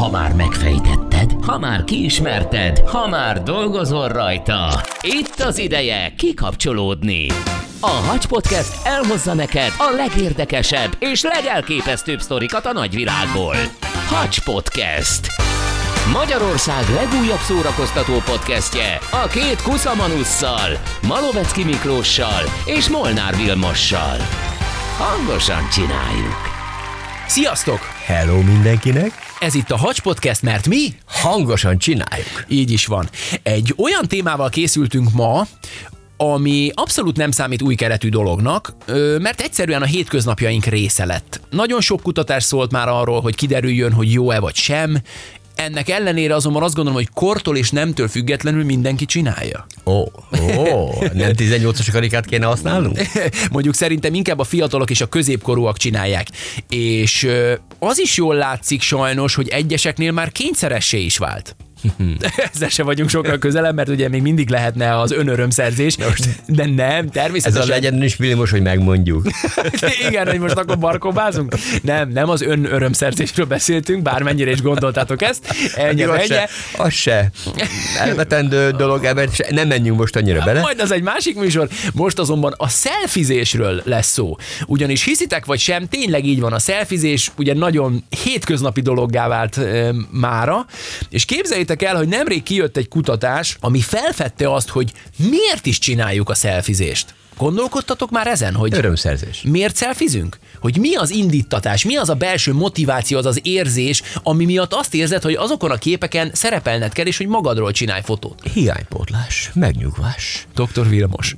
Ha már megfejtetted, ha már kiismerted, ha már dolgozol rajta. Itt az ideje kikapcsolódni. A Hacs Podcast elhozza neked a legérdekesebb és legelképesztőbb sztorikat a nagyvilágból. Hacs Podcast. Magyarország legújabb szórakoztató podcastje a két kuszamanusszal, Malovecki Miklóssal és Molnár Vilmossal. Hangosan csináljuk! Sziasztok! Hello mindenkinek! Ez itt a Hacs Podcast, mert mi hangosan csináljuk. Így is van. Egy olyan témával készültünk ma, ami abszolút nem számít új keretű dolognak, mert egyszerűen a hétköznapjaink része lett. Nagyon sok kutatás szólt már arról, hogy kiderüljön, hogy jó-e vagy sem. Ennek ellenére azonban azt gondolom, hogy kortól és nemtől függetlenül mindenki csinálja. Nem 18-as karikát kéne használnunk? Mondjuk szerintem inkább a fiatalok és a középkorúak csinálják. És az is jól látszik sajnos, hogy egyeseknél már kényszeressé is vált. Ezzel se vagyunk sokkal közelebb, mert ugye még mindig lehetne az önörömszerzés, de nem, természetesen. Ez a legyen is Vilmos, hogy megmondjuk. Igen, hogy most akkor barkóbázunk? Nem az önörömszerzésről beszéltünk, bármennyire is gondoltátok ezt. Ennyi. Az se. Elvetendő dolog, ebben nem menjünk most annyira bele. Majd az egy másik műsor. Most azonban a szelfizésről lesz szó. Ugyanis hiszitek vagy sem, tényleg így van, a szelfizés ugye nagyon hétköznapi dologgá vált mára, és képzeljétek el, hogy nemrég kijött egy kutatás, ami felfedte azt, hogy miért is csináljuk a szelfizést. Gondolkodtatok már ezen, hogy örömszerzés. Miért szelfizünk? Hogy mi az indítatás, mi az a belső motiváció, az az érzés, ami miatt azt érzed, hogy azokon a képeken szerepelned kell, és hogy magadról csinálj fotót. Hiánypótlás, megnyugvás. Dr. Vilmos.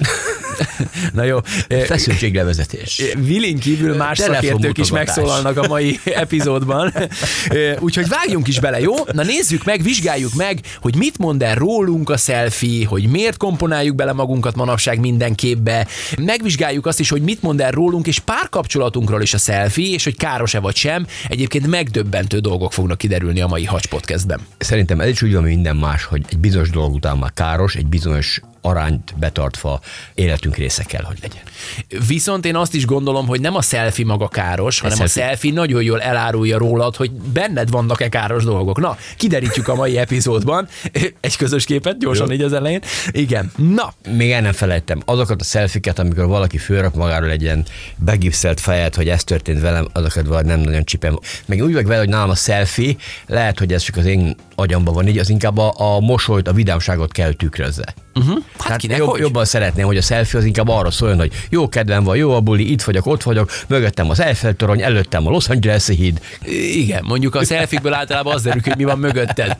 Na jó. Feszültséglevezetés. Vilin kívül más szakértők is megszólalnak a mai epizódban. Úgyhogy vágjunk is bele, jó? Na nézzük meg, vizsgáljuk meg, hogy mit mond el rólunk a selfie, hogy miért komponáljuk bele magunkat manapság minden képbe. Megvizsgáljuk azt is, hogy mit mond el rólunk és párkapcsolatunkról is a selfie, és hogy káros-e vagy sem. Egyébként megdöbbentő dolgok fognak kiderülni a mai Hacs Podcastben. Szerintem ez is úgy van, mint minden más, hogy egy bizonyos dolog után már káros, egy bizonyos arányt betartva életünk része kell, hogy legyen. Viszont én azt is gondolom, hogy nem a selfie maga káros, hanem a selfie nagyon jól elárulja rólad, hogy benned vannak-e káros dolgok. Na, kiderítjük a mai epizódban. Egy közös képet, gyorsan így az elején. Igen. Na. Még el nem felejtem. Azokat a selfieket, amikor valaki fölrak magáról egy ilyen begipszelt fejet, hogy ez történt velem, azokat valahogy nem nagyon csipem. Meg úgy meg vele, hogy nálam a selfie, lehet, hogy ez csak az én agyamban van így, az inkább a mosolyt, a vidámságot kell tükrözze. Hát jobban szeretném, hogy a selfie az inkább arra szóljon, hogy jó kedvem van, jó a buli, itt vagyok, ott vagyok, mögöttem az Eiffel-torony, előttem a Los Angeles-i híd. Igen, mondjuk a selfie-ből általában az derül, hogy mi van mögötted.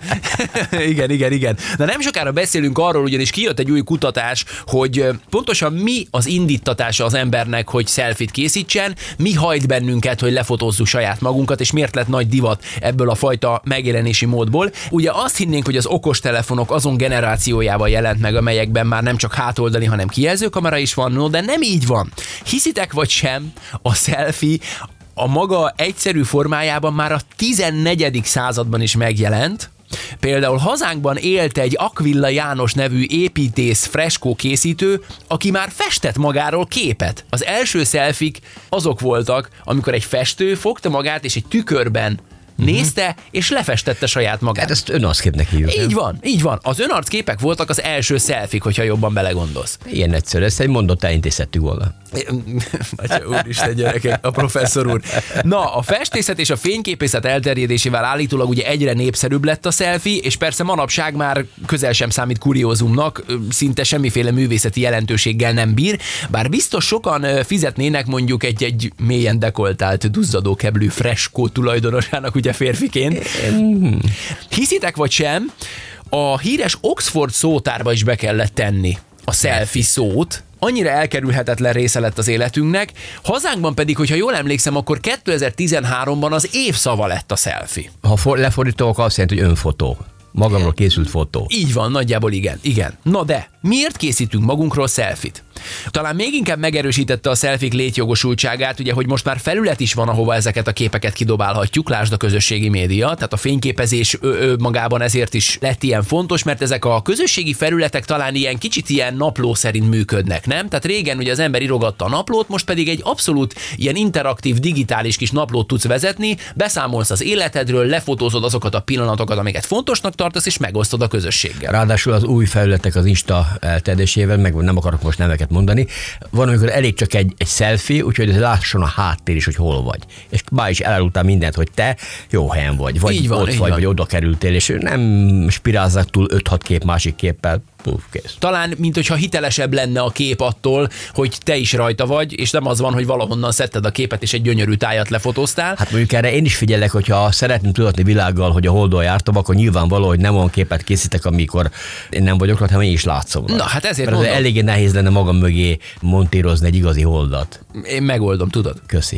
Igen. Na nem sokára beszélünk arról, ugyanis kijött egy új kutatás, hogy pontosan mi az indítatása az embernek, hogy selfie-t készítsen, mi hajt bennünket, hogy lefotózzuk saját magunkat, és miért lett nagy divat ebből a fajta megjelenési módból. Ugye azt hinnénk, hogy az okostelefonok azon generációjával jelent meg, amelyekben már nem csak hátoldali, hanem kijelzőkamera is van, no, de nem így van. Hiszitek vagy sem, a selfie a maga egyszerű formájában már a 14. században is megjelent. Például hazánkban élt egy Aquilla János nevű építész freskókészítő, aki már festett magáról képet. Az első selfik azok voltak, amikor egy festő fogta magát és egy tükörben nézte, és lefestette saját magát. Hát ezt önarcképnek hívjuk. Így van. Az önarcképek voltak az első selfik, hogyha jobban belegondolsz. Ilyen egyszerű, ezt egy mondattal intézhettük volna. Úristen gyerekek, a professzor úr. Na, a festészet és a fényképészet elterjedésével állítólag ugye egyre népszerűbb lett a selfie, és persze manapság már közel sem számít kuriózumnak, szinte semmiféle művészeti jelentőséggel nem bír, bár biztos sokan fizetnének mondjuk egy mélyen dekoltált duzzadókeblű freskó tulajdonosának ugye férfiként. Hiszitek vagy sem, a híres Oxford szótárba is be kellett tenni a selfie szót. Annyira elkerülhetetlen része lett az életünknek, hazánkban pedig, hogyha jól emlékszem, akkor 2013-ban az évszava lett a selfie. Ha lefordítok, azt jelenti, hogy önfotó. magamról készült fotó. Így van, nagyjából igen. Na de, miért készítünk magunkról selfit? Talán még inkább megerősítette a selfik létjogosultságát, ugye, hogy most már felület is van, ahova ezeket a képeket kidobálhatjuk, lásd a közösségi média, tehát a fényképezés magában ezért is lett ilyen fontos, mert ezek a közösségi felületek talán ilyen kicsit ilyen napló szerint működnek, nem? Tehát régen ugye az ember írogatta a naplót, most pedig egy abszolút ilyen interaktív, digitális kis naplót tudsz vezetni, beszámolsz az életedről, lefotózod azokat a pillanatokat, amiket fontosnak tartasz, és megosztod a közösséggel. Ráadásul az új felületek az Insta elterjedésével, meg nem akarok most neveket mondani, van, amikor elég csak egy selfie, úgyhogy lásson a háttér is, hogy hol vagy. És már is elárultál mindent, hogy te jó helyen vagy így van, ott vagy oda kerültél, és nem spirázzak túl 5-6 kép másik képpel. Kész. Talán, mint hogyha hitelesebb lenne a kép attól, hogy te is rajta vagy, és nem az van, hogy valahonnan szedted a képet, és egy gyönyörű tájat lefotóztál. Hát mondjuk erre én is figyelek, hogyha szeretném tudatni világgal, hogy a Holdon jártam, akkor nyilvánvaló, hogy nem olyan képet készítek, amikor én nem vagyok rajta, hanem én is látszom. Na, hát ezért mondom. Eléggé nehéz lenne magam mögé montírozni egy igazi holdat. Én megoldom, tudod? Köszi.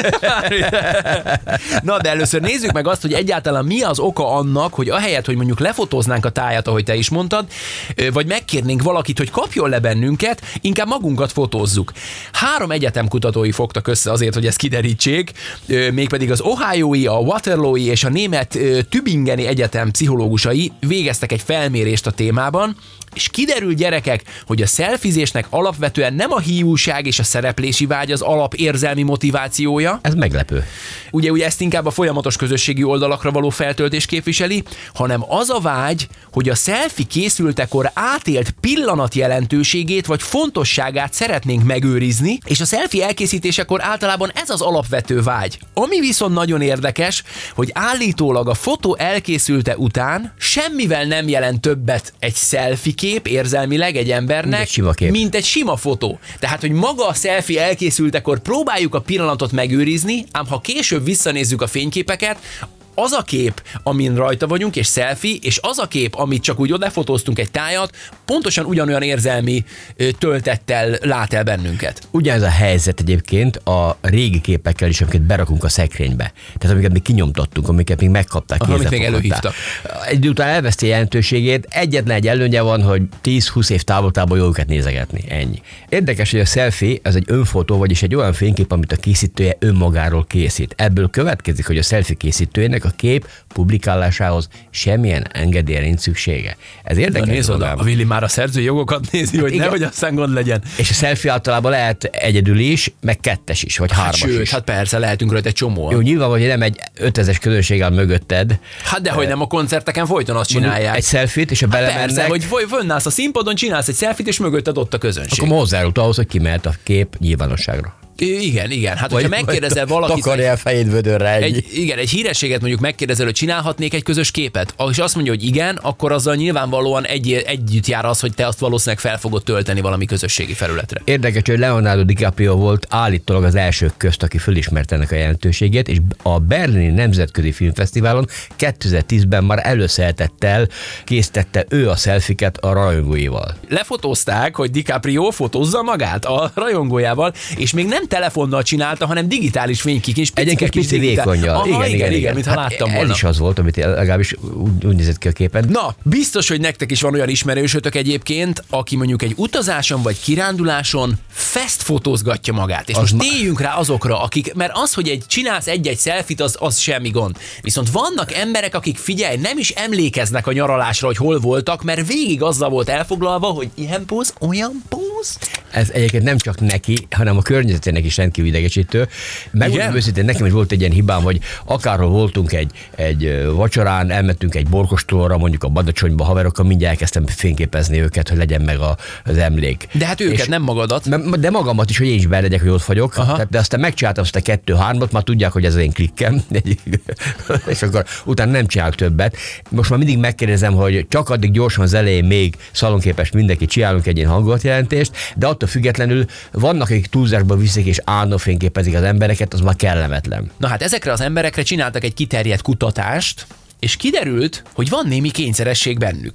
Na, de először nézzük meg azt, hogy egyáltalán mi az oka annak, hogy ahelyett, hogy mondjuk lefotóznánk a tájat, ahogy te is mondtad, vagy megkérnénk valakit, hogy kapjon le bennünket, inkább magunkat fotózzuk. 3 egyetem kutatói fogtak össze azért, hogy ezt kiderítsék, mégpedig az Ohiói, a Waterloo-i és a német Tübingeni Egyetem pszichológusai végeztek egy felmérést a témában, és kiderül, gyerekek, hogy a szelfizésnek alapvetően nem a hiúság és a szereplési vágy az alapérzelmi motivációja. Ez meglepő. Ugye ezt inkább a folyamatos közösségi oldalakra való feltöltés képviseli, hanem az a vágy, hogy a selfie készültekor átélt pillanat jelentőségét vagy fontosságát szeretnénk megőrizni, és a selfie elkészítésekor általában ez az alapvető vágy. Ami viszont nagyon érdekes, hogy állítólag a fotó elkészülte után semmivel nem jelent többet egy selfie kép érzelmileg egy embernek, mint egy sima fotó. Tehát, hogy maga a selfie elkészültekor próbáljuk a pillanatot megőrizni, ám ha később visszanézzük a fényképeket, az a kép, amin rajta vagyunk, és selfie, és az a kép, amit csak úgy odafotóztunk egy tájat, pontosan ugyanolyan érzelmi töltettel lát el bennünket. Ugyanez a helyzet egyébként a régi képekkel is, amiket berakunk a szekrénybe. Tehát amiket még kinyomtattunk, amiket még megkapták, amit még előhívtak. Egy idő után elveszti jelentőségét, egyetlen egy előnye van, hogy 10-20 év távoltában jó őket nézegetni. Ennyi. Érdekes, hogy a selfie az egy önfotó, vagyis egy olyan fénykép, amit a készítője önmagáról készít. Ebből következik, hogy a selfie készítőjének a kép publikálásához semmilyen engedélyre nincs szüksége. Ez érdekes. Nézd oda, a Willi már a szerzői jogokat nézi, hogy nehogy aztán gond legyen. És a selfie általában lehet egyedül is, meg 2 is, vagy 3 Sőt, is. Hát persze, lehetünk rajta egy csomóan. Jó, nyilván, hogy nem egy 5000-es közönség áll mögötted. Hát dehogy nem, a koncerteken folyton azt csinálják. Egy selfie-t, és a belemennek. Persze, hogy fönnállsz a színpadon, csinálsz egy selfie-t, és mögötted ott a közönség. Akkor hozzájárult ahhoz, hogy kimehet a kép nyilvánosságra. Igen. Hát, hogyha megkérdezel valakit... Takarja a fejét vödörre egy hírességet mondjuk megkérdezel, hogy csinálhatnék egy közös képet, és azt mondja, hogy igen, akkor azzal nyilvánvalóan együtt jár az, hogy te azt valószínűleg fel fogod tölteni valami közösségi felületre. Érdekes, hogy Leonardo DiCaprio volt állítólag az elsők közt, aki fölismerte ennek a jelentőségét, és a Berlini Nemzetközi Filmfesztiválon 2010-ben már előszeretettel készítette ő a selfiket a rajongóival. Lefotózták, hogy DiCaprio fotózza magát a rajongójával, és még nem telefonnal csinálta, hanem digitális fényképés. Egy kis pici vékonnyal. Igen, mintha láttam volna. Ez is az volt, amit legalábbis úgy nézett ki a képen. Na, biztos, hogy nektek is van olyan ismerősötök egyébként, aki mondjuk egy utazáson vagy kiránduláson festfotózgatja magát. És most téljünk rá azokra, akik, mert az, hogy csinálsz egy-egy selfit, az semmi gond. Viszont vannak emberek, akik figyelj, nem is emlékeznek a nyaralásra, hogy hol voltak, mert végig azzal volt elfoglalva, hogy ilyen póz, olyan póz. Ez egyébként nem csak neki, hanem a környezetének is rendkívül idegesítő. Megmondom őszintén, nekem is volt egy ilyen hibám, hogy akárhol voltunk egy vacsorán, elmentünk egy borkostolóra, mondjuk a Badacsonyba haverokkal, mindjárt elkezdtem fényképezni őket, hogy legyen meg az emlék. De hát őket, nem magadat. De magamat is, hogy én is belegyek, hogy ott vagyok. Tehát, de aztán megcsináltam azt a 2-3-at, már tudják, hogy ez az én klikkem, és akkor utána nem csinálok többet. Most már mindig megkérdezem, hogy csak addig gyorsan az elején még szalonképes mindenki, csinálunk egy ilyen hangulatjelentést, de attól függetlenül vannak, akik túlzásba viszik és állandóan fényképezik az embereket, az már kellemetlen. Na hát ezekre az emberekre csináltak egy kiterjedt kutatást, és kiderült, hogy van némi kényszeresség bennük.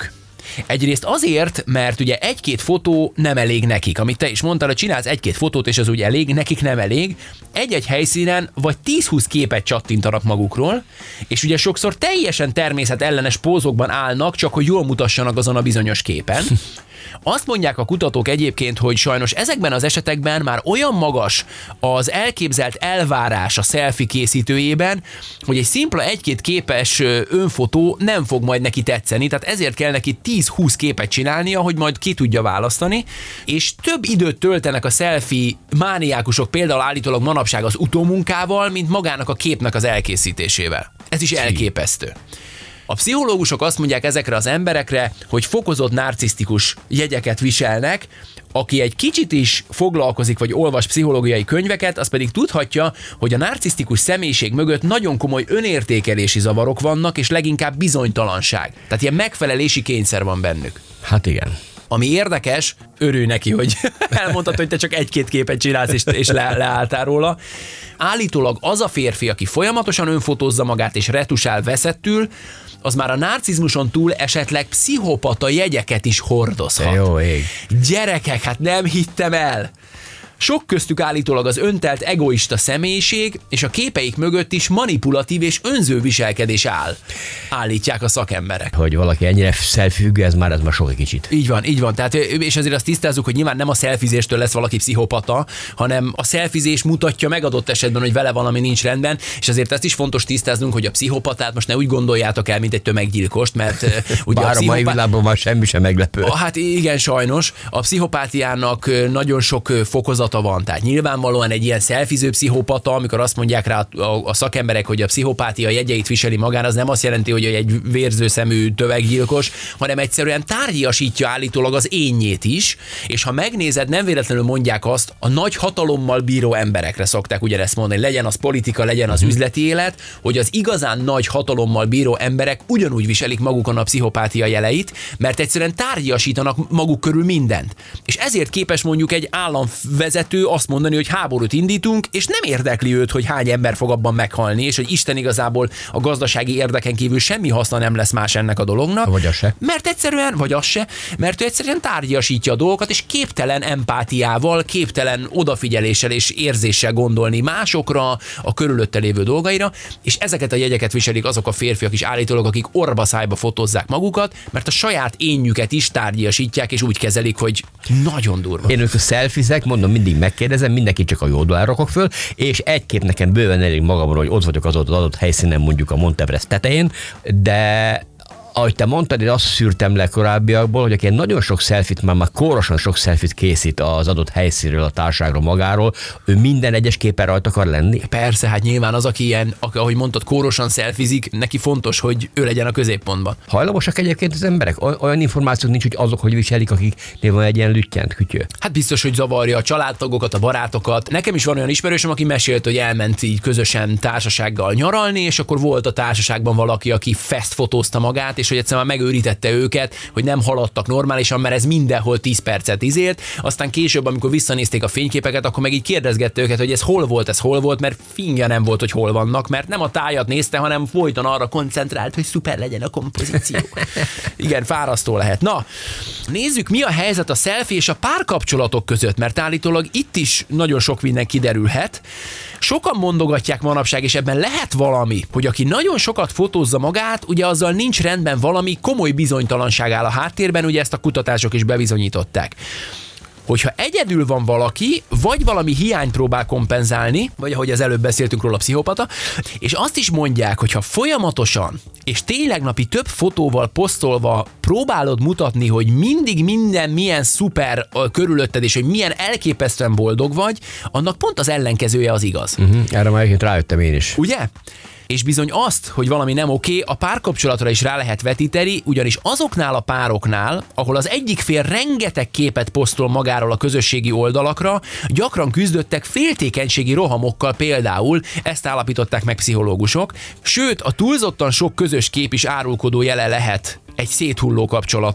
Egyrészt azért, mert ugye egy-két fotó nem elég nekik, amit te is mondtál, hogy csinálsz egy-két fotót, és az úgy elég, nekik nem elég. Egy-egy helyszínen vagy 10-20 képet csattintanak magukról, és ugye sokszor teljesen természetellenes pózokban állnak, csak hogy jól mutassanak azon a bizonyos képen. Azt mondják a kutatók egyébként, hogy sajnos ezekben az esetekben már olyan magas az elképzelt elvárás a selfie készítőjében, hogy egy szimpla egy-két képes önfotó nem fog majd neki tetszeni, tehát ezért kell neki 10-20 képet csinálnia, hogy majd ki tudja választani, és több időt töltenek a selfie mániákusok például állítólag manapság az utómunkával, mint magának a képnek az elkészítésével. Ez is elképesztő. A pszichológusok azt mondják ezekre az emberekre, hogy fokozott narcisztikus jegyeket viselnek, aki egy kicsit is foglalkozik, vagy olvas pszichológiai könyveket, az pedig tudhatja, hogy a narcisztikus személyiség mögött nagyon komoly önértékelési zavarok vannak, és leginkább bizonytalanság. Tehát ilyen megfelelési kényszer van bennük. Hát igen. Ami érdekes, örülj neki, hogy elmondtad, hogy te csak egy-két képet csinálsz, és leálltál róla. Állítólag az a férfi, aki folyamatosan önfotózza magát és retusál veszettül, az már a narcizmuson túl esetleg pszichopata jegyeket is hordozhat. Jó ég. Gyerekek, hát nem hittem el. Sok köztük állítólag az öntelt egoista személyiség, és a képeik mögött is manipulatív és önző viselkedés áll, állítják a szakemberek. Hogy valaki ennyire selfie-függő, ez már sok egy kicsit. Így van. Tehát, és azért azt tisztázzuk, hogy nyilván nem a szelfizéstől lesz valaki pszichopata, hanem a szelfizés mutatja meg adott esetben, hogy vele valami nincs rendben, és azért ezt is fontos tisztáznunk, hogy a pszichopatát most ne úgy gondoljátok el, mint egy tömeggyilkost, mert ugye bár a mai világban már semmi sem meglepő. Hát igen, sajnos. A pszichopátiának nagyon sok fokozat van. Tehát nyilvánvalóan egy ilyen szelfiző pszichopata, amikor azt mondják rá a szakemberek, hogy a pszichopátia jegyeit viseli magán, az nem azt jelenti, hogy egy vérző szemű tömeggyilkos, hanem egyszerűen tárgyasítja állítólag az énjét is, és ha megnézed, nem véletlenül mondják azt, a nagy hatalommal bíró emberekre szokták ugyanezt mondani, legyen az politika, legyen az üzleti élet, hogy az igazán nagy hatalommal bíró emberek ugyanúgy viselik magukon a pszichopátia jeleit, mert egyszerűen tárgyasítanak maguk körül mindent. És ezért képes mondjuk egy államvezető azt mondani, hogy háborút indítunk, és nem érdekli őt, hogy hány ember fog abban meghalni, és hogy Isten igazából a gazdasági érdeken kívül semmi haszna nem lesz más ennek a dolognak. Vagy az se. Mert ő egyszerűen tárgyasítja a dolgokat, és képtelen empátiával, képtelen odafigyeléssel és érzéssel gondolni másokra, a körülötte lévő dolgaira, és ezeket a jegyeket viselik azok a férfiak is állítólag, akik orba-szájba fotózzák magukat, mert a saját énjüket is tárgyasítják, és úgy kezelik, hogy nagyon durva. Én ők a selfizek, mondom, mindig megkérdezem, mindenki csak a jó oldalán rakok föl, és egy kép nekem bőven elég magamról, hogy ott vagyok az adott helyszínen, mondjuk a Monteverest tetején, de ahogy te mondtad, én azt szűrtem le korábbiakból, hogy aki nagyon sok selfit, már kórosan sok selfit készít az adott helyszínről, a társaságról magáról, ő minden egyes képen rajta akar lenni. Persze, hát nyilván az, aki ilyen, ahogy mondtad, kórosan szelfizik, neki fontos, hogy ő legyen a középpontban. Hajlamosak egyébként az emberek? Olyan információk nincs, hogy azok, hogy viselik, akiknél van egy ilyen lüttyent kütyű. Hát biztos, hogy zavarja a családtagokat, a barátokat. Nekem is van olyan ismerősöm, aki mesélt, hogy elment így közösen társasággal nyaralni, és akkor volt a társaságban valaki, aki festfotózta magát, és hogy egyszerűen megőrítette őket, hogy nem haladtak normálisan, mert ez mindenhol 10 percet izélt. Aztán később, amikor visszanézték a fényképeket, akkor meg így kérdezgette őket, hogy ez hol volt, mert fingja nem volt, hogy hol vannak, mert nem a tájat nézte, hanem folyton arra koncentrált, hogy szuper legyen a kompozíció. Igen, fárasztó lehet. Na, nézzük, mi a helyzet a selfie és a párkapcsolatok között, mert állítólag itt is nagyon sok minden kiderülhet. Sokan mondogatják manapság, és ebben lehet valami, hogy aki nagyon sokat fotózza magát, ugye azzal nincs rendben valami, komoly bizonytalanság áll a háttérben, ugye ezt a kutatások is bebizonyították. Hogyha egyedül van valaki, vagy valami hiányt próbál kompenzálni, vagy ahogy az előbb beszéltünk róla, a pszichopata, és azt is mondják, hogyha folyamatosan és tényleg napi több fotóval posztolva próbálod mutatni, hogy mindig minden milyen szuper körülötted, és hogy milyen elképesztően boldog vagy, annak pont az ellenkezője az igaz. Erre már egyébként rájöttem én is. Ugye? És bizony azt, hogy valami nem oké, a párkapcsolatra is rá lehet vetíteni, ugyanis azoknál a pároknál, ahol az egyik fél rengeteg képet posztol magáról a közösségi oldalakra, gyakran küzdöttek féltékenységi rohamokkal például, ezt állapították meg pszichológusok, sőt, a túlzottan sok közös kép is árulkodó jele lehet egy széthulló kapcsolatnak,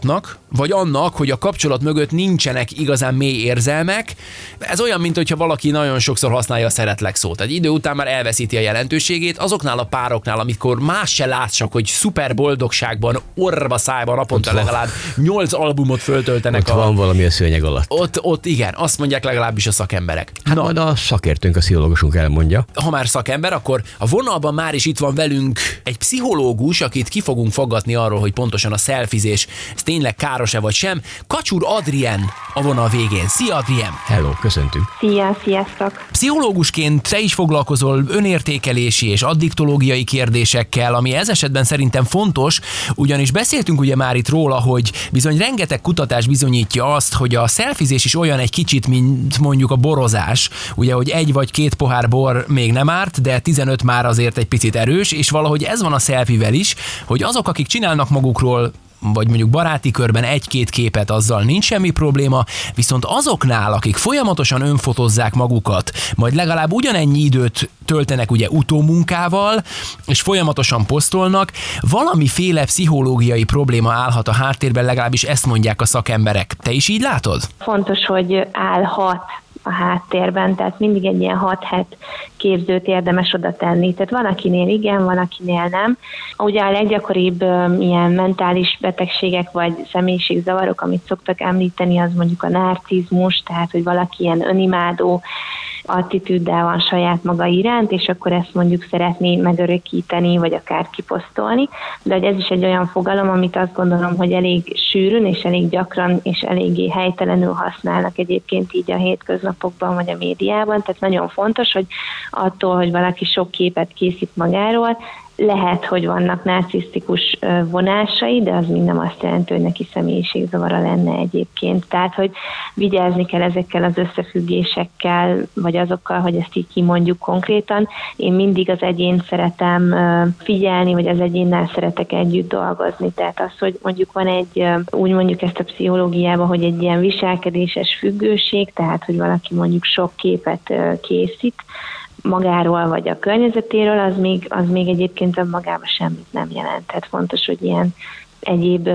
vagy annak, hogy a kapcsolat mögött nincsenek igazán mély érzelmek. Ez olyan, mint hogyha valaki nagyon sokszor használja a szeretlek szót. Egy idő után már elveszíti a jelentőségét. Azoknál a pároknál, amikor más se látsz, csak hogy szuper boldogságban, orva szájban naponta legalább 8 albumot föltöltenek. Ott van valami a szőnyeg alatt. Ott igen, azt mondják legalábbis a szakemberek. Hát majd a szakértőnk, a pszichológusunk elmondja. Ha már szakember, akkor a vonalban már is itt van velünk egy pszichológus, akit ki fogunk faggatni arról, hogy pontosan a szelfizés, ez tényleg káros-e vagy sem. Kacsur Adrien a vonal végén. Szia, Adrien! Hello, köszöntünk! Sziasztok! Pszichológusként te is foglalkozol önértékelési és addiktológiai kérdésekkel, ami ez esetben szerintem fontos, ugyanis beszéltünk ugye már itt róla, hogy bizony rengeteg kutatás bizonyítja azt, hogy a szelfizés is olyan egy kicsit, mint mondjuk a borozás. Ugye, hogy 1 vagy 2 pohár bor még nem árt, de 15 már azért egy picit erős, és valahogy ez van a szelfivel is, hogy azok, akik csinálnak magukról vagy mondjuk baráti körben 1-2 képet, azzal nincs semmi probléma, viszont azoknál, akik folyamatosan önfotozzák magukat, majd legalább ugyanennyi időt töltenek ugye utómunkával, és folyamatosan posztolnak, valamiféle pszichológiai probléma állhat a háttérben, legalábbis ezt mondják a szakemberek. Te is így látod? Fontos, hogy állhat a háttérben, tehát mindig egy ilyen 6-7 képzőt érdemes oda tenni. Tehát van, akinél igen, van, akinél nem. Ugye a leggyakoribb ilyen mentális betegségek vagy személyiségzavarok, amit szoktak említeni, az mondjuk a narcizmus, tehát hogy valaki ilyen önimádó attitűddel van saját maga iránt, és akkor ezt mondjuk szeretné megörökíteni, vagy akár kiposztolni. De hogy ez is egy olyan fogalom, amit azt gondolom, hogy elég sűrűn, és elég gyakran, és eléggé helytelenül használnak egyébként így a hétköznapokban, vagy a médiában. Tehát nagyon fontos, hogy attól, hogy valaki sok képet készít magáról, lehet, hogy vannak narcisztikus vonásai, de az még nem azt jelenti, hogy neki személyiségzavara lenne egyébként. Tehát, hogy vigyázni kell ezekkel az összefüggésekkel, vagy azokkal, hogy ezt így kimondjuk konkrétan. Én mindig az egyént szeretem figyelni, vagy az egyénnel szeretek együtt dolgozni. Tehát az, hogy mondjuk van egy, úgy mondjuk ezt a pszichológiában, hogy egy ilyen viselkedéses függőség, tehát, hogy valaki mondjuk sok képet készít, magáról vagy a környezetéről, az még egyébként önmagában semmit nem jelent. Tehát fontos, hogy ilyen egyéb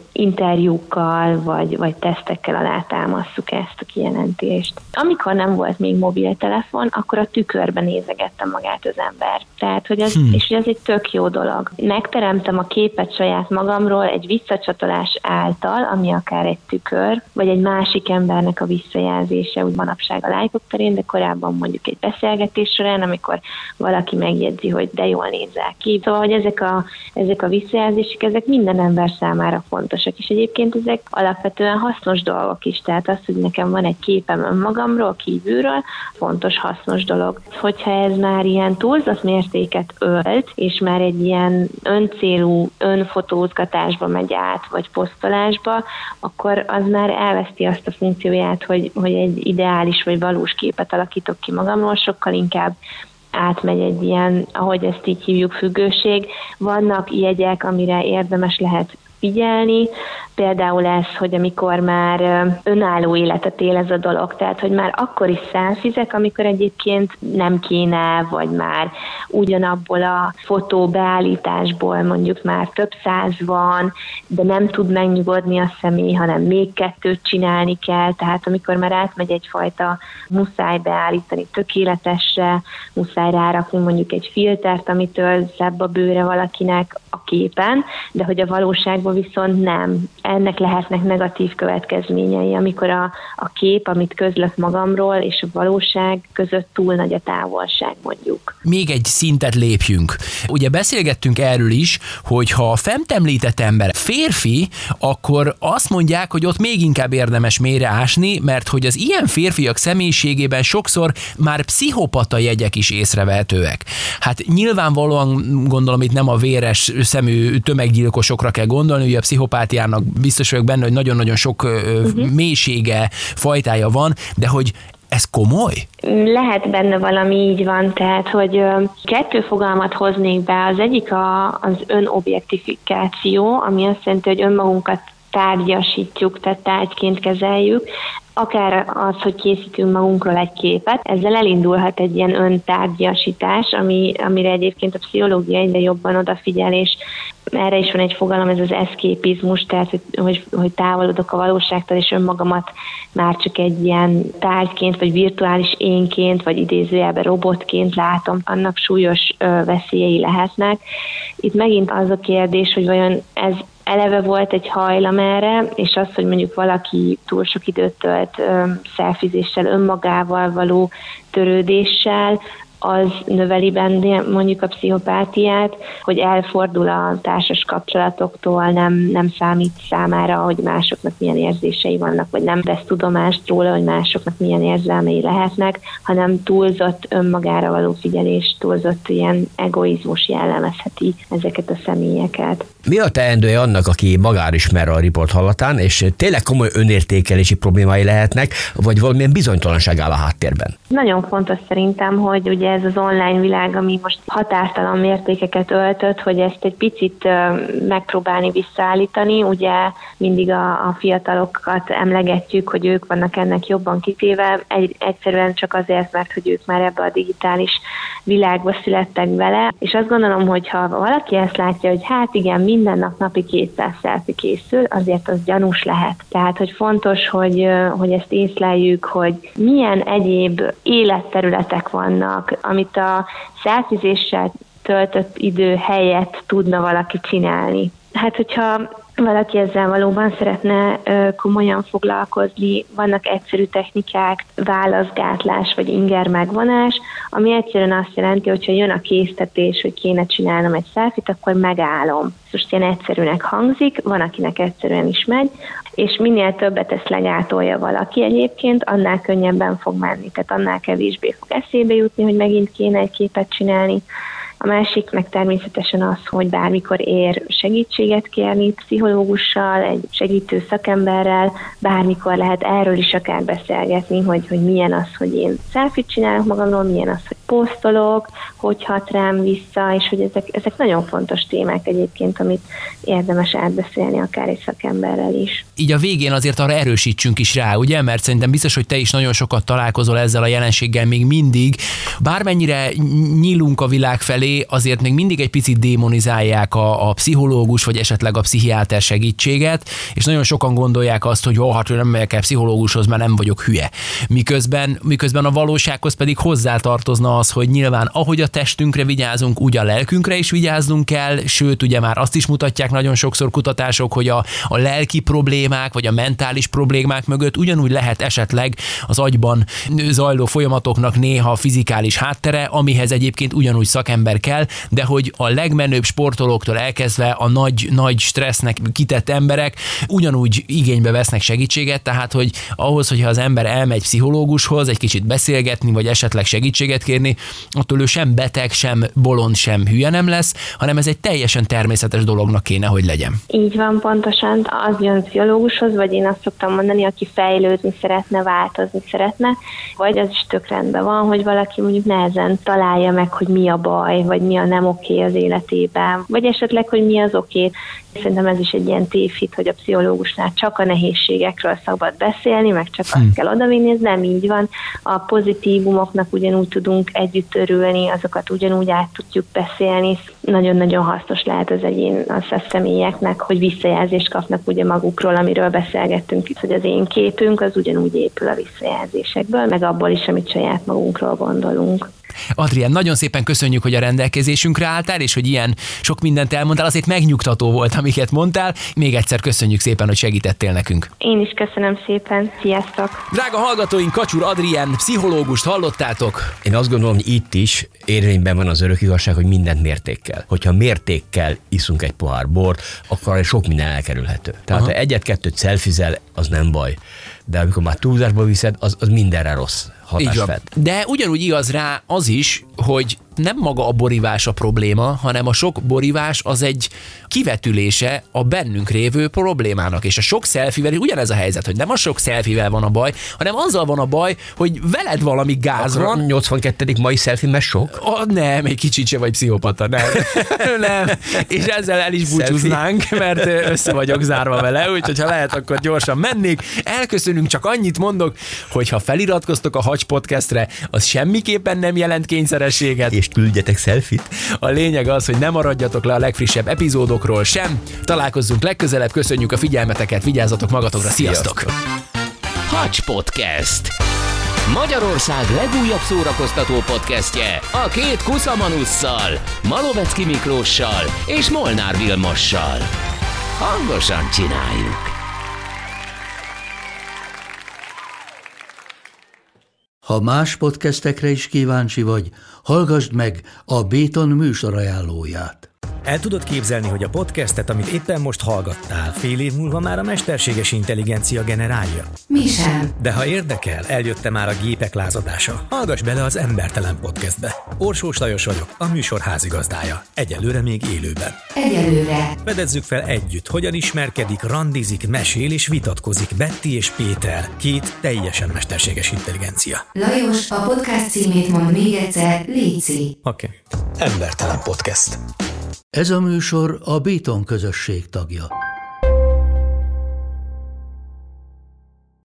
interjúkkal vagy tesztekkel alátámasszuk ezt a kijelentést. Amikor nem volt még mobiltelefon, akkor a tükörben nézegette magát az ember. Tehát, hogy és ez egy tök jó dolog. Megteremtem a képet saját magamról egy visszacsatolás által, ami akár egy tükör, vagy egy másik embernek a visszajelzése, úgy manapság a lájkok terén, de korábban mondjuk egy beszélgetés során, amikor valaki megjegyzi, hogy de jól nézel ki. Szóval, hogy ezek a visszajelzések, ezek minden ember számára fontosak, és egyébként ezek alapvetően hasznos dolgok is, tehát az, hogy nekem van egy képem önmagamról, kívülről, fontos, hasznos dolog. Hogyha ez már ilyen túlzott mértéket ölt, és már egy ilyen öncélú önfotózgatásba megy át, vagy posztolásba, akkor az már elveszti azt a funkcióját, hogy egy ideális vagy valós képet alakítok ki magamról, sokkal inkább átmegy egy ilyen, ahogy ezt így hívjuk, függőség. Vannak jegyek, amire érdemes lehet figyelni, például ez, hogy amikor már önálló életet él ez a dolog, tehát hogy már akkor is szelfizek, amikor egyébként nem kéne, vagy már ugyanabból a fotóbeállításból mondjuk már több 100 van, de nem tud megnyugodni a személy, hanem még 2 csinálni kell, tehát amikor már átmegy egyfajta muszáj beállítani tökéletesre, muszáj rárakni mondjuk egy filtert, amitől szebb a bőre valakinek a képen, de hogy a valóságban viszont nem. Ennek lehetnek negatív következményei, amikor a kép, amit közlök magamról, és a valóság között túl nagy a távolság, mondjuk. Még egy szintet lépjünk. Ugye beszélgettünk erről is, hogy ha a fent említett ember férfi, akkor azt mondják, hogy ott még inkább érdemes mélyre ásni, mert hogy az ilyen férfiak személyiségében sokszor már pszichopata jegyek is észrevehetőek. Hát nyilvánvalóan gondolom itt nem a véres szemű tömeggyilkosokra kell gondolni, hogy a pszichopátiának biztos vagyok benne, hogy nagyon-nagyon sok mélysége, fajtája van, de hogy ez komoly? Lehet benne valami, így van, tehát, hogy 2 fogalmat hoznék be. Az egyik az önobjektifikáció, ami azt jelenti, hogy önmagunkat tárgyasítjuk, tehát tárgyként kezeljük. akár az, hogy készítünk magunkról egy képet, ezzel elindulhat egy ilyen öntárgyasítás, amire egyébként a pszichológia egyre jobban odafigyel, és erre is van egy fogalom, ez az eszképizmus, tehát hogy távolodok a valóságtól, és önmagamat már csak egy ilyen tárgyként, vagy virtuális énként, vagy idézőjelben robotként látom, annak súlyos veszélyei lehetnek. Itt megint az a kérdés, hogy vajon ez eleve volt egy hajlam erre, és az, hogy mondjuk valaki túl sok időt tölt szelfizéssel, önmagával való törődéssel, az növeli benne mondjuk a pszichopátiát, hogy elfordul a társas kapcsolatoktól, nem számít számára, hogy másoknak milyen érzései vannak, vagy nem vesz tudomást róla, hogy másoknak milyen érzelmei lehetnek, hanem túlzott önmagára való figyelés, túlzott ilyen egoizmus jellemezheti ezeket a személyeket. Mi a teendője annak, aki magára ismer a riport hallatán, és tényleg komoly önértékelési problémái lehetnek, vagy valamilyen bizonytalanság áll a háttérben? Nagyon fontos szerintem, hogy ugye ez az online világ, ami most határtalan mértékeket öltött, hogy ezt egy picit megpróbálni visszaállítani. Ugye mindig a fiatalokat emlegetjük, hogy ők vannak ennek jobban kitéve, egyszerűen csak azért, mert hogy ők már ebbe a digitális világba születtek bele, és azt gondolom, hogy ha valaki ezt látja, hogy hát igen, minden nap napi 200 selfie készül, azért az gyanús lehet. Tehát, hogy fontos, hogy ezt észleljük, hogy milyen egyéb életterületek vannak, amit a selfizéssel töltött idő helyett tudna valaki csinálni. Hát, hogyha valaki ezzel valóban szeretne komolyan foglalkozni, vannak egyszerű technikák, válaszgátlás vagy inger megvonás, ami egyszerűen azt jelenti, hogyha jön a késztetés, hogy kéne csinálnom egy selfit, akkor megállom. Most ilyen egyszerűnek hangzik, van, akinek egyszerűen is megy, és minél többet ezt legátolja valaki egyébként, annál könnyebben fog menni, tehát annál kevésbé fog eszébe jutni, hogy megint kéne egy képet csinálni. A másik meg természetesen az, hogy bármikor ér segítséget kérni pszichológussal, egy segítő szakemberrel, bármikor lehet erről is akár beszélgetni, hogy milyen az, hogy én selfit csinálok magamról, milyen az, hogy posztolok, hogy hat rám vissza, és hogy ezek nagyon fontos témák egyébként, amit érdemes átbeszélni akár egy szakemberrel is. Így a végén azért arra erősítsünk is rá, ugye? Mert szerintem biztos, hogy te is nagyon sokat találkozol ezzel a jelenséggel még mindig. Bármennyire nyílunk a világ felé, azért még mindig egy picit démonizálják a pszichológus, vagy esetleg a pszichiáter segítséget, és nagyon sokan gondolják azt, hogy hát nem megyek el pszichológushoz, mert nem vagyok hülye. Miközben a valósághoz pedig hozzátartozna az, hogy nyilván ahogy a testünkre vigyázunk, úgy a lelkünkre is vigyáznunk kell, sőt, ugye már azt is mutatják nagyon sokszor kutatások, hogy a lelki problémák, vagy a mentális problémák mögött ugyanúgy lehet esetleg az agyban zajló folyamatoknak néha fizikális háttere, amihez egyébként ugyanúgy szakember kell, de hogy a legmenőbb sportolóktól elkezdve a nagy stressznek kitett emberek ugyanúgy igénybe vesznek segítséget, tehát hogy ahhoz, hogyha az ember elmegy pszichológushoz egy kicsit beszélgetni, vagy esetleg segítséget kérni, attól ő sem beteg, sem bolond, sem hülye nem lesz, hanem ez egy teljesen természetes dolognak kéne, hogy legyen. Így van, pontosan. Az jön pszichológushoz, vagy én azt szoktam mondani, aki fejlődni szeretne, változni szeretne, vagy az is tök rendben van, hogy valaki mondjuk nehezen találja meg, hogy mi a baj, vagy mi a nem oké az életében, vagy esetleg, hogy mi az oké. Szerintem ez is egy ilyen tévhit, hogy a pszichológusnál csak a nehézségekről szabad beszélni, meg csak azt kell odavinni, ez nem így van. A pozitívumoknak ugyanúgy tudunk együtt örülni, azokat ugyanúgy át tudjuk beszélni. Nagyon-nagyon hasznos lehet az a személyeknek, hogy visszajelzést kapnak ugye magukról, amiről beszélgettünk itt, hogy az én képünk az ugyanúgy épül a visszajelzésekből, meg abból is, amit saját magunkról gondolunk. Adrián, nagyon szépen köszönjük, hogy a rendelkezésünkre álltál, és hogy ilyen sok mindent elmondtál, azért megnyugtató volt, amiket mondtál. Még egyszer köszönjük szépen, hogy segítettél nekünk. Én is köszönöm szépen, sziasztok! Drága hallgatóink, Kacsur Adrián pszichológust hallottátok. Én azt gondolom, hogy itt is érvényben van az örök igazság, hogy mindent mértékkel. Hogyha mértékkel iszunk egy pohár bort, akkor sok minden elkerülhető. Tehát ha egyet-kettőt szelfizel, az nem baj. De amikor már túlzásba viszed, az mindenre rossz hatás fed. De ugyanúgy igaz rá az is, hogy nem maga a borivás a probléma, hanem a sok borivás az egy kivetülése a bennünk révő problémának. És a sok selfie-vel ugyanez a helyzet, hogy nem a sok selfie-vel van a baj, hanem azzal van a baj, hogy veled valami gáz van. 82. mai selfie, mert sok? Nem, egy kicsit se vagy pszichopata, nem. Nem. És ezzel el is búcsúznánk, mert össze vagyok zárva vele, úgyhogy ha lehet, akkor gyorsan mennék. Elköszönünk, csak annyit mondok, hogy ha feliratkoztok a Hacs Podcastre, az semmiképpen nem jelent kényszerességet. És küldjetek selfie-t. A lényeg az, hogy ne maradjatok le a legfrissebb epizódokról sem. Találkozzunk legközelebb, köszönjük a figyelmeteket, vigyázzatok magatokra, sziasztok! Hacs Podcast. Magyarország legújabb szórakoztató podcastje a két Kuszamanusszal, Malovecki Miklóssal és Molnár Vilmossal. Hangosan csináljuk! Ha más podcastekre is kíváncsi vagy, hallgassd meg a Béton műsor ajánlóját. El tudod képzelni, hogy a podcastet, amit éppen most hallgattál, fél év múlva már a mesterséges intelligencia generálja? Mi sem. De ha érdekel, eljött már a gépek lázadása. Hallgass bele az Embertelen Podcastbe. Orsós Lajos vagyok, a műsor házigazdája. Egyelőre még élőben. Egyelőre. Fedezzük fel együtt, hogyan ismerkedik, randizik, mesél és vitatkozik Betty és Péter, két teljesen mesterséges intelligencia. Lajos, a podcast címét mond még egyszer, léci. Oké. Embertelen Podcast. Ez a műsor a Béton közösség tagja.